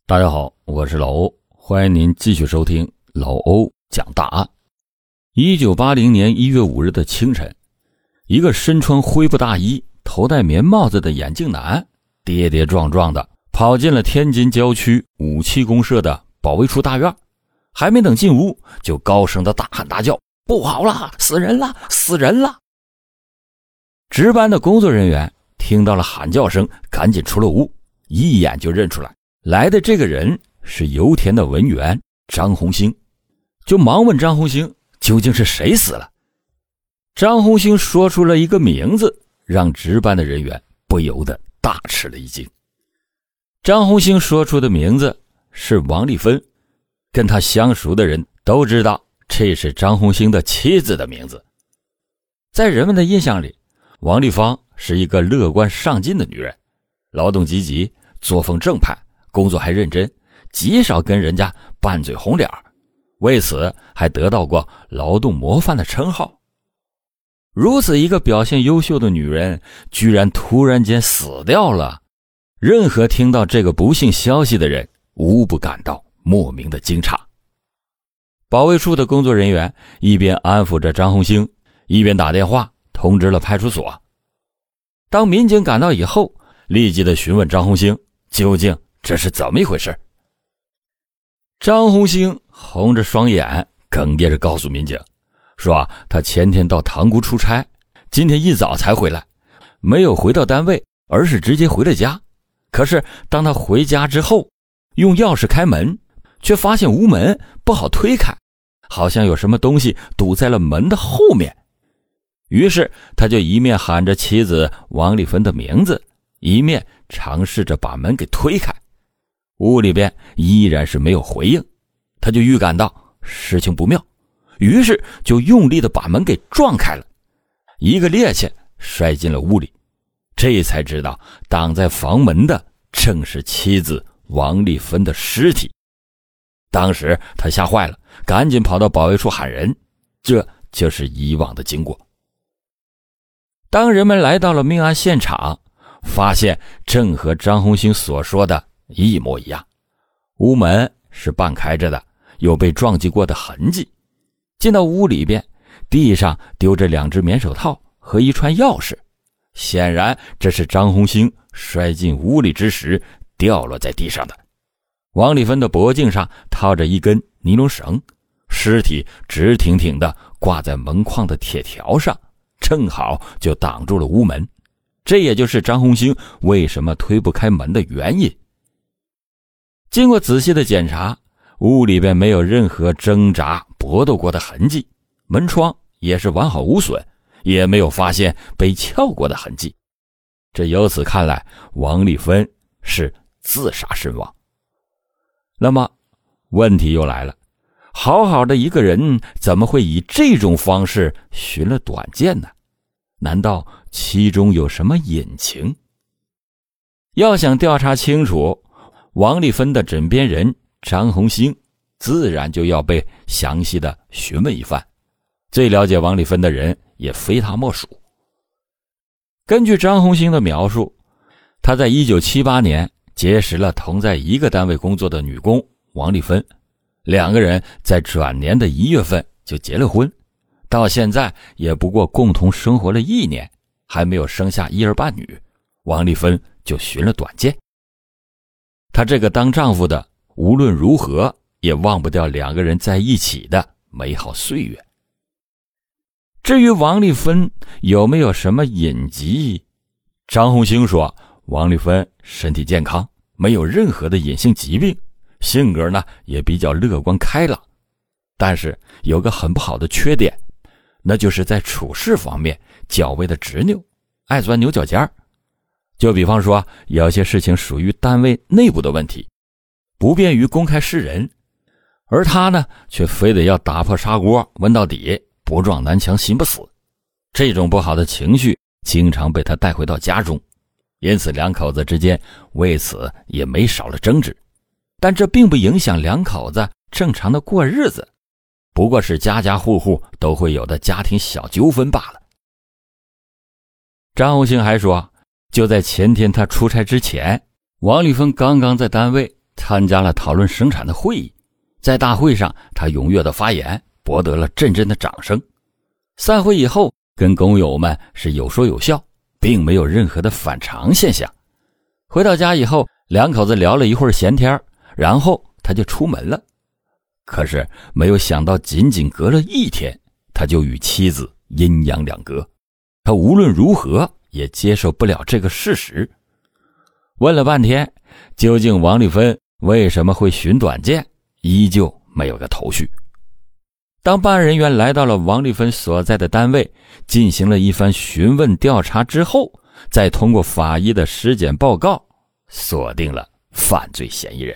大家好，我是老欧，欢迎您继续收听老欧讲大案。1980年1月5日的清晨，一个身穿灰布大衣、头戴棉帽子的眼镜男跌跌撞撞的跑进了天津郊区武器公社的保卫处大院，还没等进屋就高声的大喊大叫：不好了，死人了，死人了！值班的工作人员听到了喊叫声，赶紧出了屋，一眼就认出来来的这个人是油田的文员张红星，就忙问张红星究竟是谁死了。张红星说出了一个名字，让值班的人员不由得大吃了一惊。张红星说出的名字是王丽芬，跟他相熟的人都知道这是张红星的妻子的名字。在人们的印象里，王丽芳是一个乐观上进的女人，劳动积极，作风正派，工作还认真，极少跟人家拌嘴红脸，为此还得到过劳动模范的称号。如此一个表现优秀的女人，居然突然间死掉了，任何听到这个不幸消息的人无不感到莫名的惊诧。保卫处的工作人员一边安抚着张红星，一边打电话通知了派出所。当民警赶到以后，立即的询问张红星究竟这是怎么一回事。张红星红着双眼，哽咽着告诉民警说他前天到塘沽出差，今天一早才回来，没有回到单位，而是直接回了家。可是当他回家之后，用钥匙开门，却发现无门，不好推开，好像有什么东西堵在了门的后面。于是他就一面喊着妻子王丽芬的名字，一面尝试着把门给推开。屋里边依然是没有回应，他就预感到事情不妙，于是就用力的把门给撞开了，一个趔趄摔进了屋里。这才知道挡在房门的正是妻子王丽芬的尸体。当时他吓坏了，赶紧跑到保卫处喊人，这就是以往的经过。当人们来到了命案现场，发现正和张红星所说的一模一样，屋门是半开着的，有被撞击过的痕迹。进到屋里边，地上丢着2只棉手套和一串钥匙，显然这是张红星摔进屋里之时掉落在地上的。王丽芬的脖颈上套着一根尼龙绳，尸体直挺挺地挂在门框的铁条上，正好就挡住了屋门。这也就是张红星为什么推不开门的原因。经过仔细的检查，屋里边没有任何挣扎搏斗过的痕迹，门窗也是完好无损，也没有发现被撬过的痕迹。这由此看来，王丽芬是自杀身亡。那么问题又来了，好好的一个人怎么会以这种方式寻了短见呢？难道其中有什么隐情？要想调查清楚，王丽芬的枕边人张红星自然就要被详细的询问一番，最了解王丽芬的人也非他莫属。根据张红星的描述，他在1978年结识了同在一个单位工作的女工王丽芬，两个人在转年的1月份就结了婚，到现在也不过共同生活了1年，还没有生下一儿半女，王丽芬就寻了短见。他这个当丈夫的无论如何也忘不掉两个人在一起的美好岁月。至于王丽芬有没有什么隐疾，张红星说王丽芬身体健康，没有任何的隐性疾病，性格呢也比较乐观开朗，但是有个很不好的缺点，那就是在处事方面较为的执拗，爱钻牛角尖儿。就比方说有些事情属于单位内部的问题，不便于公开示人，而他呢却非得要打破砂锅问到底，不撞南墙心不死。这种不好的情绪经常被他带回到家中，因此两口子之间为此也没少了争执。但这并不影响两口子正常的过日子，不过是家家户户都会有的家庭小纠纷罢了。张红星还说，就在前天他出差之前，王丽芬刚刚在单位参加了讨论生产的会议。在大会上，他踊跃的发言，博得了阵阵的掌声。散会以后，跟工友们是有说有笑，并没有任何的反常现象。回到家以后，两口子聊了一会儿闲天，然后他就出门了。可是没有想到，仅仅隔了一天，他就与妻子阴阳两隔。他无论如何也接受不了这个事实。问了半天，究竟王丽芬为什么会寻短见，依旧没有个头绪。当办案人员来到了王丽芬所在的单位，进行了一番询问调查之后，再通过法医的尸检报告，锁定了犯罪嫌疑人。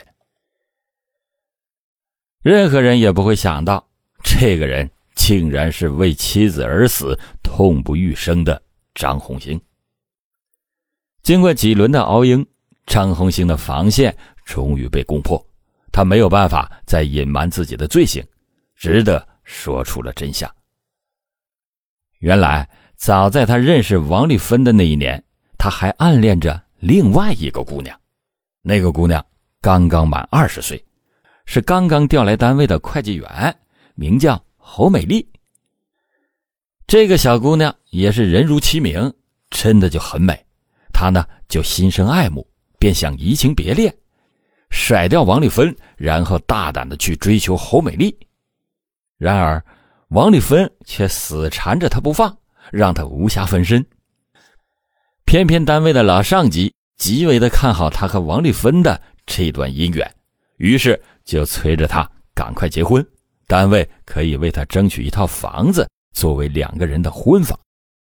任何人也不会想到，这个人竟然是为妻子而死痛不欲生的张红星。经过几轮的熬鹰，张红星的防线终于被攻破，他没有办法再隐瞒自己的罪行，只得说出了真相。原来早在他认识王丽芬的那一年，他还暗恋着另外一个姑娘。那个姑娘刚刚满20岁，是刚刚调来单位的会计员，名叫侯美丽。这个小姑娘也是人如其名，真的就很美。他呢就心生爱慕，便想移情别恋，甩掉王丽芬，然后大胆的去追求侯美丽。然而王丽芬却死缠着他不放，让他无暇分身。偏偏单位的老上级极为的看好他和王丽芬的这段姻缘，于是就催着他赶快结婚，单位可以为他争取一套房子作为2个人的婚房。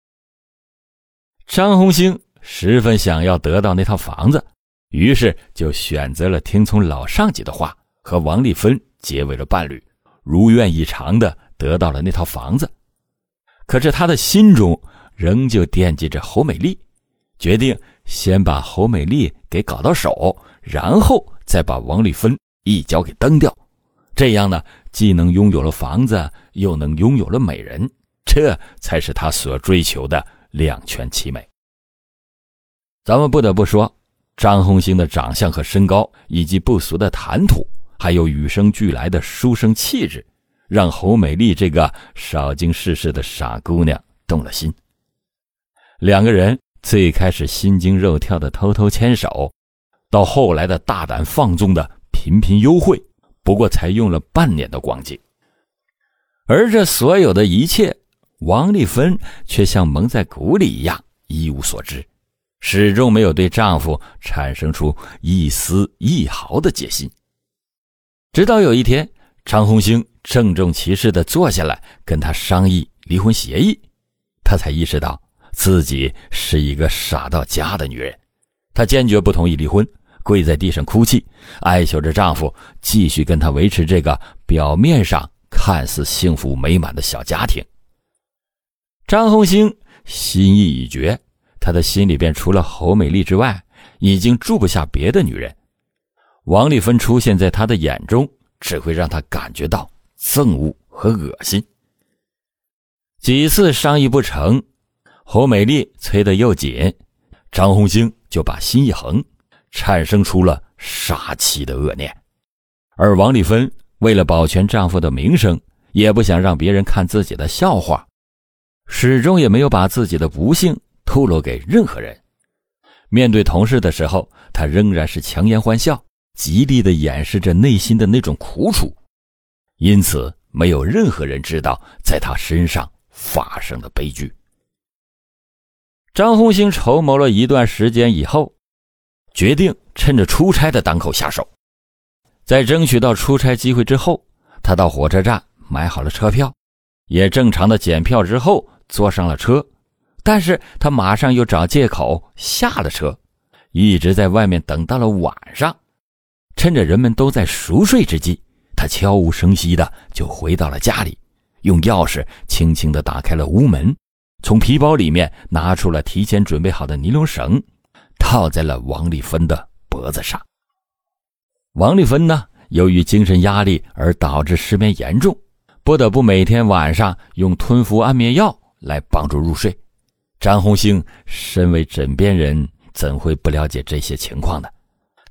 张红星十分想要得到那套房子，于是就选择了听从老上级的话，和王丽芬结为了伴侣，如愿以偿的得到了那套房子。可是他的心中仍旧惦记着侯美丽，决定先把侯美丽给搞到手，然后再把王丽芬一脚给蹬掉。这样呢，既能拥有了房子，又能拥有了美人，这才是他所追求的两全其美。咱们不得不说，张红星的长相和身高，以及不俗的谈吐，还有与生俱来的书生气质，让侯美丽这个少经世事的傻姑娘动了心。2个人最开始心惊肉跳的偷偷牵手，到后来的大胆放纵的频频幽会，不过才用了半年的光景。而这所有的一切，王丽芬却像蒙在鼓里一样一无所知，始终没有对丈夫产生出一丝一毫的戒心。直到有一天，张红星郑重其事地坐下来跟他商议离婚协议，他才意识到自己是一个傻到家的女人。她坚决不同意离婚，跪在地上哭泣，哀求着丈夫继续跟她维持这个表面上看似幸福美满的小家庭。张红星心意已决，他的心里边除了侯美丽之外，已经住不下别的女人。王丽芬出现在他的眼中，只会让他感觉到憎恶和恶心。几次商议不成，侯美丽催得又紧，张红星就把心一横，产生出了杀妻的恶念。而王丽芬为了保全丈夫的名声，也不想让别人看自己的笑话，始终也没有把自己的不幸透露给任何人。面对同事的时候，她仍然是强颜欢笑，极力地掩饰着内心的那种苦楚，因此没有任何人知道在她身上发生的悲剧。张红星筹谋了一段时间以后，决定趁着出差的当口下手。在争取到出差机会之后，他到火车站买好了车票，也正常的检票之后坐上了车，但是他马上又找借口下了车，一直在外面等到了晚上。趁着人们都在熟睡之际，他悄无声息的就回到了家里，用钥匙轻轻地打开了屋门，从皮包里面拿出了提前准备好的尼龙绳，套在了王丽芬的脖子上。王丽芬呢，由于精神压力而导致失眠严重，不得不每天晚上用吞服安眠药来帮助入睡。张红星身为枕边人，怎会不了解这些情况呢？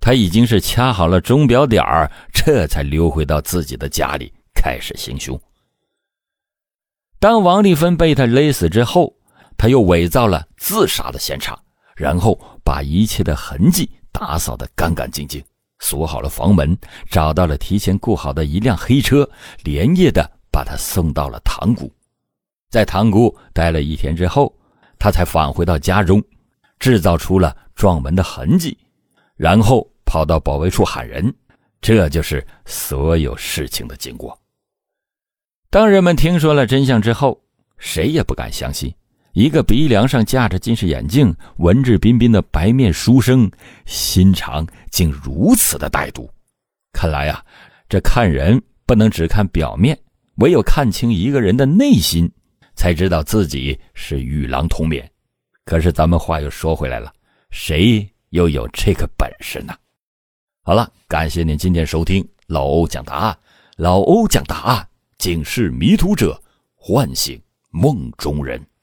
他已经是掐好了钟表点儿，这才溜回到自己的家里开始行凶。当王丽芬被他勒死之后，他又伪造了自杀的现场，然后把一切的痕迹打扫得干干净净，锁好了房门，找到了提前雇好的一辆黑车，连夜的把他送到了塘沽。在塘沽待了1天之后，他才返回到家中，制造出了撞门的痕迹，然后跑到保卫处喊人。这就是所有事情的经过。当人们听说了真相之后，谁也不敢相信，一个鼻梁上架着近视眼镜、文质彬彬的白面书生，心肠竟如此的歹毒。看来啊，这看人不能只看表面，唯有看清一个人的内心，才知道自己是与狼同眠。可是咱们话又说回来了，谁又有这个本事呢？好了，感谢您今天收听老欧讲答案。老欧讲答案，警示迷途者，唤醒梦中人。